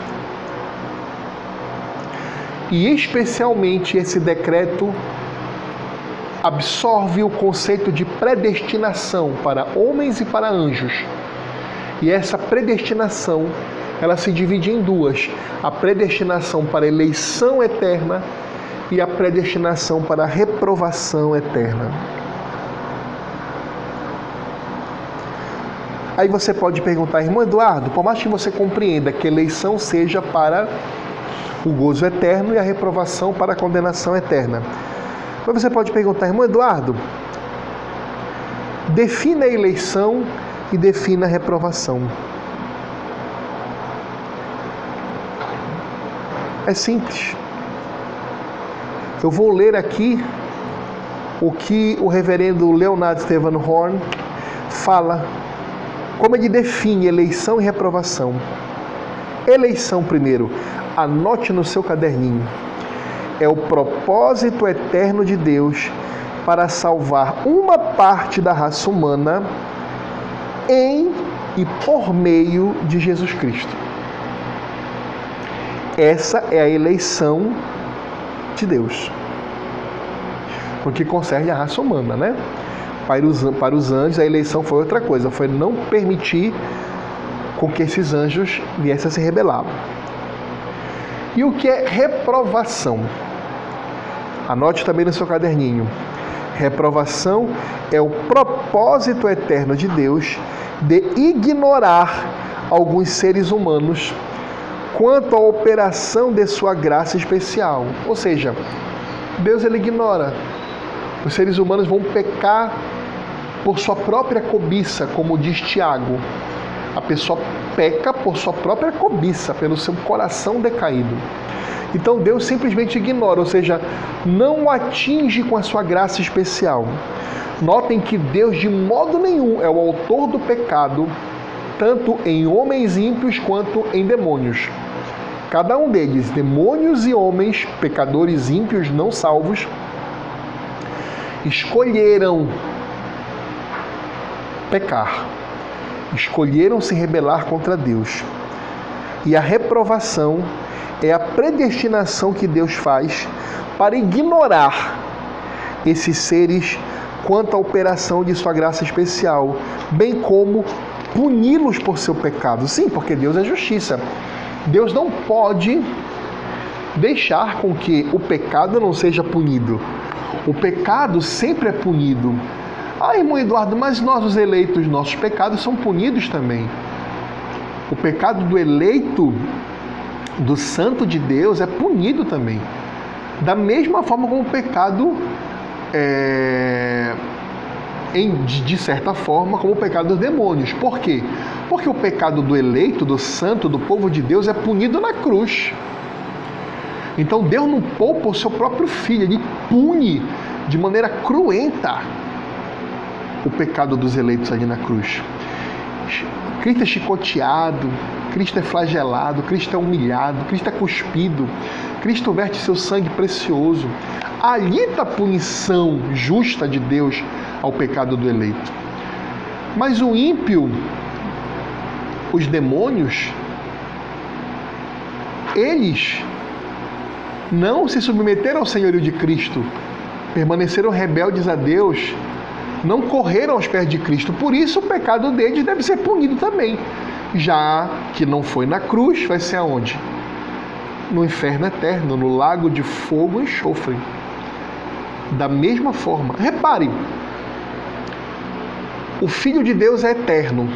E especialmente esse decreto absorve o conceito de predestinação para homens e para anjos. E essa predestinação, ela se divide em duas: a predestinação para a eleição eterna e a predestinação para a reprovação eterna. Aí você pode perguntar, irmão Eduardo, por mais que você compreenda que a eleição seja para o gozo eterno e a reprovação para a condenação eterna, mas você pode perguntar, irmão Eduardo, defina a eleição e defina a reprovação. É simples. Eu vou ler aqui o que o reverendo Leonard Stephen Horn fala, como ele define eleição e reprovação. Eleição, primeiro, anote no seu caderninho. É o propósito eterno de Deus para salvar uma parte da raça humana em e por meio de Jesus Cristo. Essa é a eleição de Deus, no que concerne a raça humana, né? Para os anjos, a eleição foi outra coisa, foi não permitir com que esses anjos viessem a se rebelar. E o que é reprovação? Anote também no seu caderninho. Reprovação é o propósito eterno de Deus de ignorar alguns seres humanos quanto à operação de sua graça especial. Ou seja, Deus ele ignora. Os seres humanos vão pecar por sua própria cobiça, como diz Tiago. A pessoa peca por sua própria cobiça, pelo seu coração decaído. Então Deus simplesmente ignora, ou seja, não o atinge com a sua graça especial. Notem que Deus de modo nenhum é o autor do pecado, tanto em homens ímpios quanto em demônios. Cada um deles, demônios e homens, pecadores ímpios não salvos, escolheram pecar, escolheram se rebelar contra Deus. E a reprovação é a predestinação que Deus faz para ignorar esses seres quanto à operação de sua graça especial, bem como puni-los por seu pecado. Sim, porque Deus é justiça. Deus não pode deixar com que o pecado não seja punido. O pecado sempre é punido. Ah, irmão Eduardo, mas nós os eleitos, nossos pecados são punidos também. O pecado do eleito, do santo de Deus, é punido também. Da mesma forma como o pecado de certa forma, como o pecado dos demônios. Por quê? Porque o pecado do eleito, do santo, do povo de Deus é punido na cruz. Então Deus não poupa o seu próprio filho, ele pune de maneira cruenta o pecado dos eleitos ali na cruz. Cristo é chicoteado, Cristo é flagelado, Cristo é humilhado, Cristo é cuspido, Cristo verte seu sangue precioso. Ali está a punição justa de Deus ao pecado do eleito. Mas o ímpio, os demônios, eles não se submeteram ao senhorio de Cristo, permaneceram rebeldes a Deus, não correram aos pés de Cristo. Por isso o pecado deles deve ser punido também. Já que não foi na cruz, vai ser aonde? No inferno eterno, no lago de fogo e enxofre. Da mesma forma, repare, o Filho de Deus é eterno.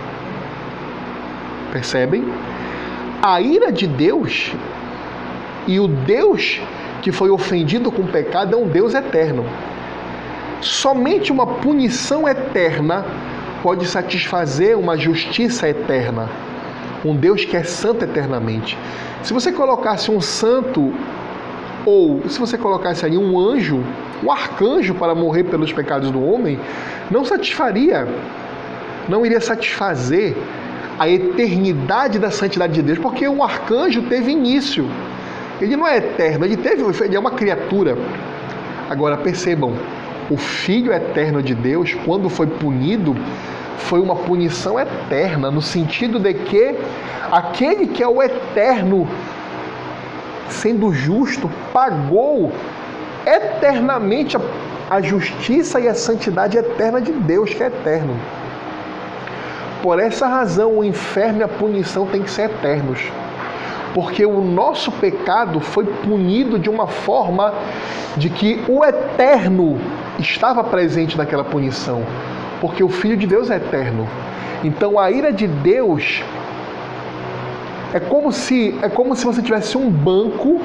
Percebem? A ira de Deus e o Deus que foi ofendido com o pecado é um Deus eterno. Somente uma punição eterna pode satisfazer uma justiça eterna. Um Deus que é santo eternamente. Se você colocasse um santo, ou se você colocasse ali um anjo, um arcanjo para morrer pelos pecados do homem, não satisfaria, não iria satisfazer a eternidade da santidade de Deus, porque o arcanjo teve início. Ele não é eterno, ele é uma criatura. Agora percebam, o Filho eterno de Deus, quando foi punido, foi uma punição eterna, no sentido de que aquele que é o eterno, sendo justo, pagou eternamente a justiça e a santidade eterna de Deus, que é eterno. Por essa razão, o inferno e a punição têm que ser eternos. Porque o nosso pecado foi punido de uma forma de que o eterno estava presente naquela punição. Porque o Filho de Deus é eterno. Então a ira de Deus é como se você tivesse um banco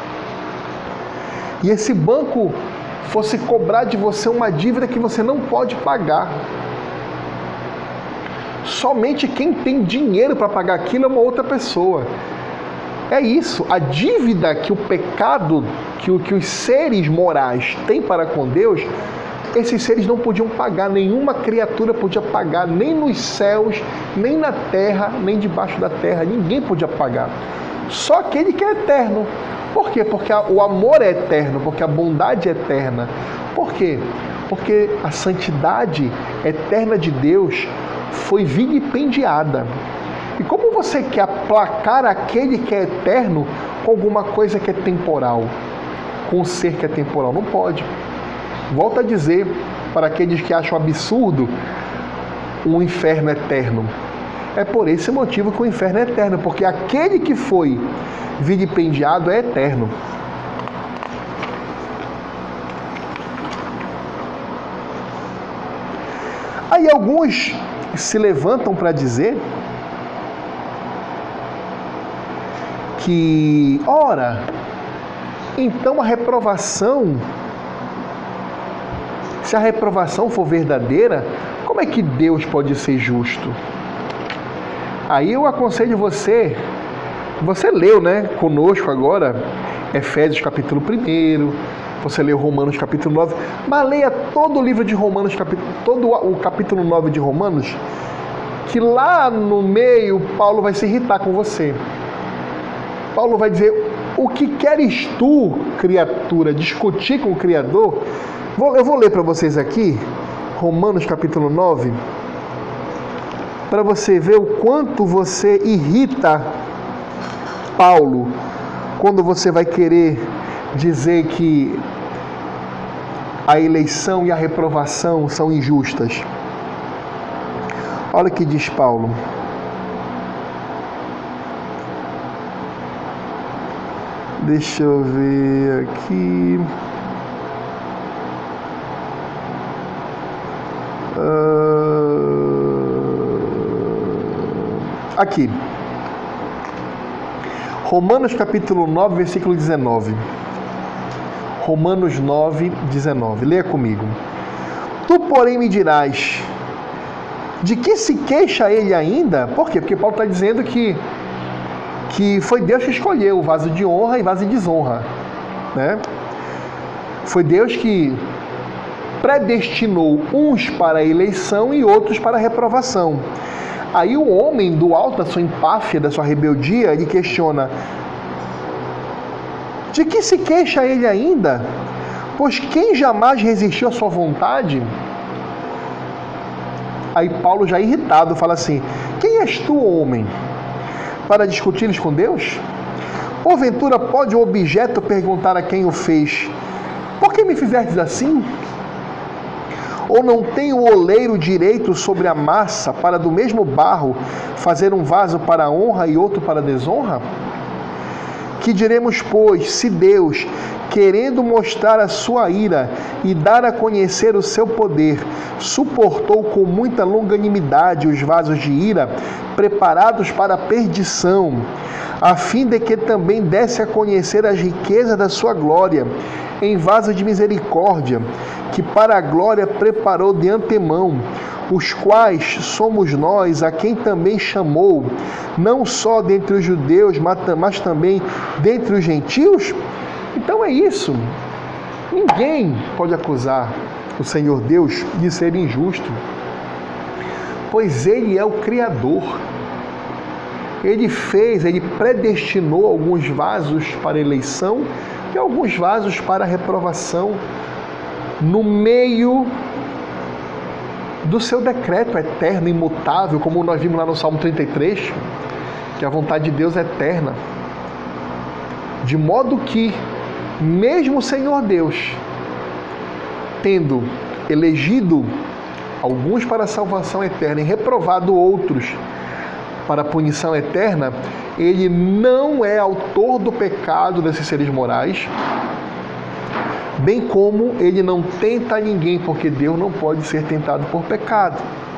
e esse banco fosse cobrar de você uma dívida que você não pode pagar. Somente quem tem dinheiro para pagar aquilo é uma outra pessoa. É isso, a dívida que o pecado, que os seres morais têm para com Deus, esses seres não podiam pagar, nenhuma criatura podia pagar, nem nos céus, nem na terra, nem debaixo da terra, ninguém podia pagar. Só aquele que é eterno. Por quê? Porque o amor é eterno, porque a bondade é eterna. Por quê? Porque a santidade eterna de Deus foi vilipendiada. E como você quer aplacar aquele que é eterno com alguma coisa que é temporal? Com um ser que é temporal? Não pode. Volto a dizer para aqueles que acham absurdo um inferno eterno. É por esse motivo que o inferno é eterno, porque aquele que foi vilipendiado é eterno. Aí alguns se levantam para dizer que, ora, então a reprovação, se a reprovação for verdadeira, como é que Deus pode ser justo? Aí eu aconselho você leu, né, conosco agora, Efésios capítulo 1, você leu Romanos capítulo 9, mas leia todo o livro de Romanos, todo o capítulo 9 de Romanos, que lá no meio Paulo vai se irritar com você. Paulo vai dizer, o que queres tu, criatura, discutir com o Criador? Eu vou ler para vocês aqui, Romanos capítulo 9, para você ver o quanto você irrita Paulo quando você vai querer dizer que a eleição e a reprovação são injustas. Olha o que diz Paulo. Deixa eu ver aqui. Aqui. Romanos capítulo 9, versículo 19. Romanos 9, 19. Leia comigo. Tu, porém, me dirás, de que se queixa ele ainda? Por quê? Porque Paulo está dizendo que foi Deus que escolheu o vaso de honra e vaso de desonra, né? Foi Deus que predestinou uns para a eleição e outros para a reprovação. Aí o homem, do alto da sua empáfia, da sua rebeldia, ele questiona, de que se queixa ele ainda? Pois quem jamais resistiu à sua vontade? Aí Paulo, já irritado, fala assim, quem és tu, homem, para discutires com Deus? Porventura pode o objeto perguntar a quem o fez, por que me fizestes assim? Ou não tem o oleiro direito sobre a massa para do mesmo barro fazer um vaso para a honra e outro para a desonra? Que diremos, pois, se Deus, querendo mostrar a sua ira e dar a conhecer o seu poder, suportou com muita longanimidade os vasos de ira preparados para a perdição, a fim de que também desse a conhecer as riquezas da sua glória, em vaso de misericórdia, que para a glória preparou de antemão, os quais somos nós, a quem também chamou, não só dentre os judeus, mas também dentre os gentios? Então é isso. Ninguém pode acusar o Senhor Deus de ser injusto, pois Ele é o Criador. Ele predestinou alguns vasos para eleição e alguns vasos para reprovação no meio do seu decreto eterno, imutável, como nós vimos lá no Salmo 33, que a vontade de Deus é eterna. De modo que, mesmo o Senhor Deus, tendo elegido alguns para a salvação eterna e reprovado outros para a punição eterna, ele não é autor do pecado desses seres morais, bem como ele não tenta ninguém, porque Deus não pode ser tentado por pecado.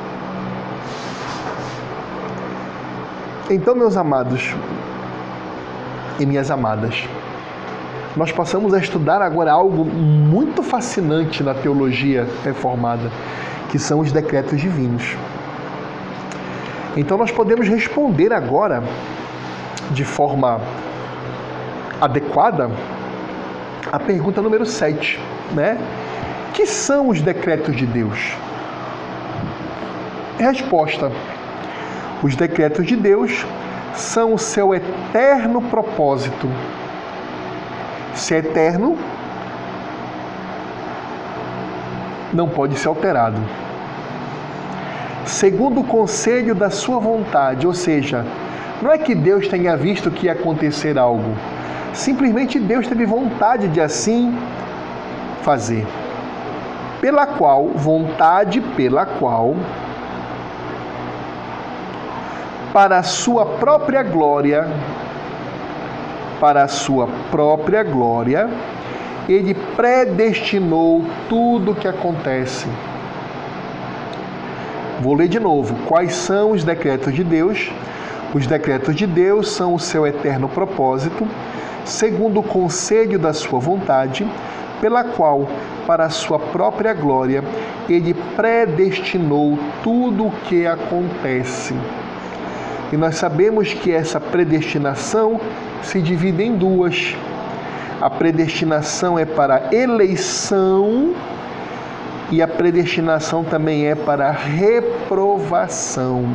Então, meus amados e minhas amadas, nós passamos a estudar agora algo muito fascinante na teologia reformada, que são os decretos divinos. Então nós podemos responder agora, de forma adequada, a pergunta número 7, né? Que são os decretos de Deus? Resposta: os decretos de Deus são o seu eterno propósito. Se é eterno, não pode ser alterado. Segundo o conselho da sua vontade, ou seja, não é que Deus tenha visto que ia acontecer algo, simplesmente Deus teve vontade de assim fazer. Vontade pela qual, para a sua própria glória, ele predestinou tudo o que acontece. Vou ler de novo. Quais são os decretos de Deus? Os decretos de Deus são o seu eterno propósito, segundo o conselho da sua vontade, pela qual, para a sua própria glória, ele predestinou tudo o que acontece. E nós sabemos que essa predestinação se divide em duas. A predestinação é para eleição e a predestinação também é para reprovação.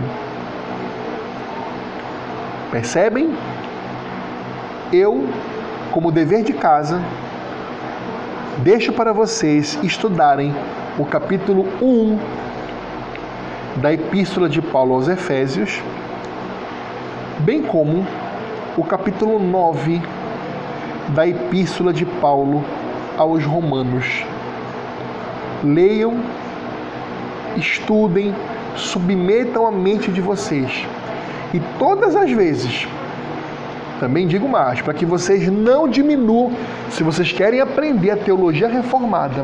Percebem? Eu, como dever de casa, deixo para vocês estudarem o capítulo 1 da Epístola de Paulo aos Efésios, bem como o capítulo 9 da Epístola de Paulo aos Romanos. Leiam, estudem, submetam a mente de vocês. E todas as vezes, também digo mais, para que vocês não diminuam, se vocês querem aprender a teologia reformada,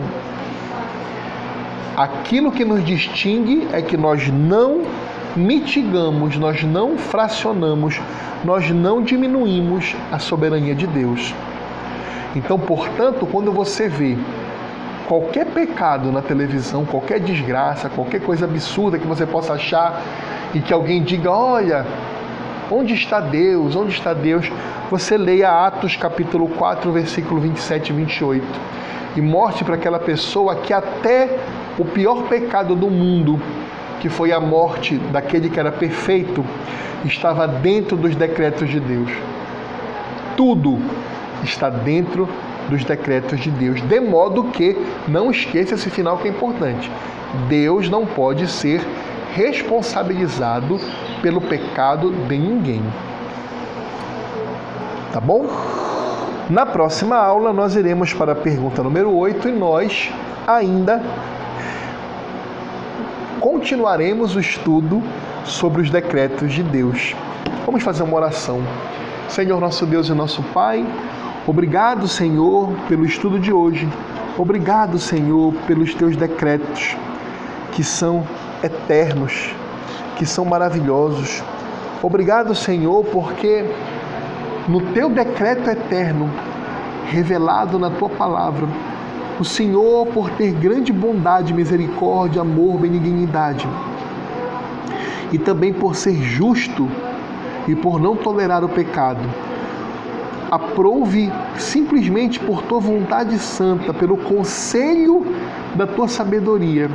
aquilo que nos distingue é que nós não mitigamos, nós não fracionamos, nós não diminuímos a soberania de Deus. Então, portanto, quando você vê qualquer pecado na televisão, qualquer desgraça, qualquer coisa absurda que você possa achar e que alguém diga, olha, onde está Deus? Onde está Deus? Você leia Atos capítulo 4, versículo 27 e 28 e mostre para aquela pessoa que até o pior pecado do mundo, que foi a morte daquele que era perfeito, estava dentro dos decretos de Deus. Tudo está dentro dos decretos de Deus, de modo que, não esqueça esse final que é importante, Deus não pode ser responsabilizado pelo pecado de ninguém. Tá bom? Na próxima aula nós iremos para a pergunta número 8 e nós ainda continuaremos o estudo sobre os decretos de Deus. Vamos fazer uma oração. Senhor, nosso Deus e nosso Pai, obrigado, Senhor, pelo estudo de hoje. Obrigado, Senhor, pelos teus decretos, que são eternos, que são maravilhosos. Obrigado, Senhor, porque no teu decreto eterno, revelado na tua palavra, o Senhor, por ter grande bondade, misericórdia, amor, benignidade, e também por ser justo e por não tolerar o pecado, aprove simplesmente por tua vontade santa, pelo conselho da tua sabedoria,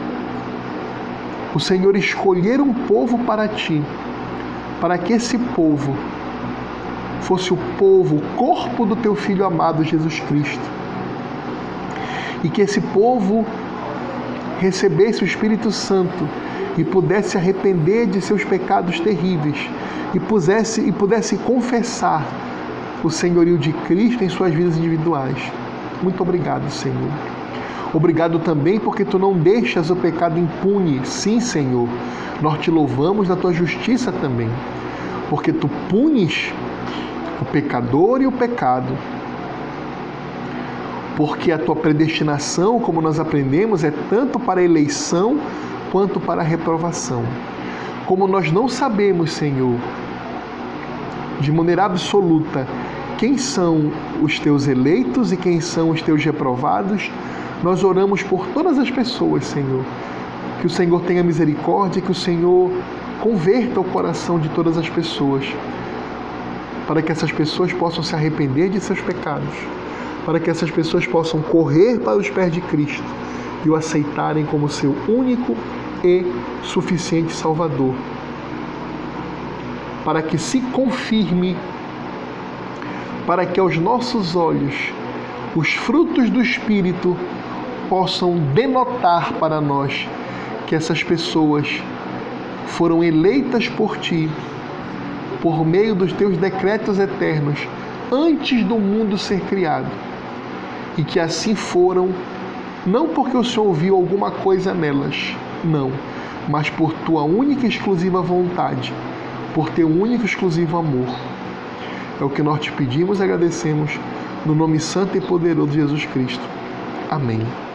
o Senhor escolher um povo para ti, para que esse povo fosse o povo, o corpo do teu Filho amado Jesus Cristo, e que esse povo recebesse o Espírito Santo e pudesse arrepender de seus pecados terríveis e pudesse confessar o senhorio de Cristo em suas vidas individuais. Muito obrigado, Senhor. Obrigado também porque Tu não deixas o pecado impune. Sim, Senhor, nós Te louvamos da Tua justiça também, porque Tu punes o pecador e o pecado. Porque a Tua predestinação, como nós aprendemos, é tanto para a eleição quanto para a reprovação. Como nós não sabemos, Senhor, de maneira absoluta, quem são os Teus eleitos e quem são os Teus reprovados, nós oramos por todas as pessoas, Senhor. Que o Senhor tenha misericórdia, que o Senhor converta o coração de todas as pessoas, para que essas pessoas possam se arrepender de seus pecados, para que essas pessoas possam correr para os pés de Cristo e o aceitarem como seu único e suficiente Salvador, para que se confirme, para que aos nossos olhos os frutos do Espírito possam denotar para nós que essas pessoas foram eleitas por Ti, por meio dos Teus decretos eternos, antes do mundo ser criado. E que assim foram, não porque o Senhor viu alguma coisa nelas, não, mas por Tua única e exclusiva vontade, por Teu único e exclusivo amor. É o que nós Te pedimos e agradecemos, no nome santo e poderoso de Jesus Cristo. Amém.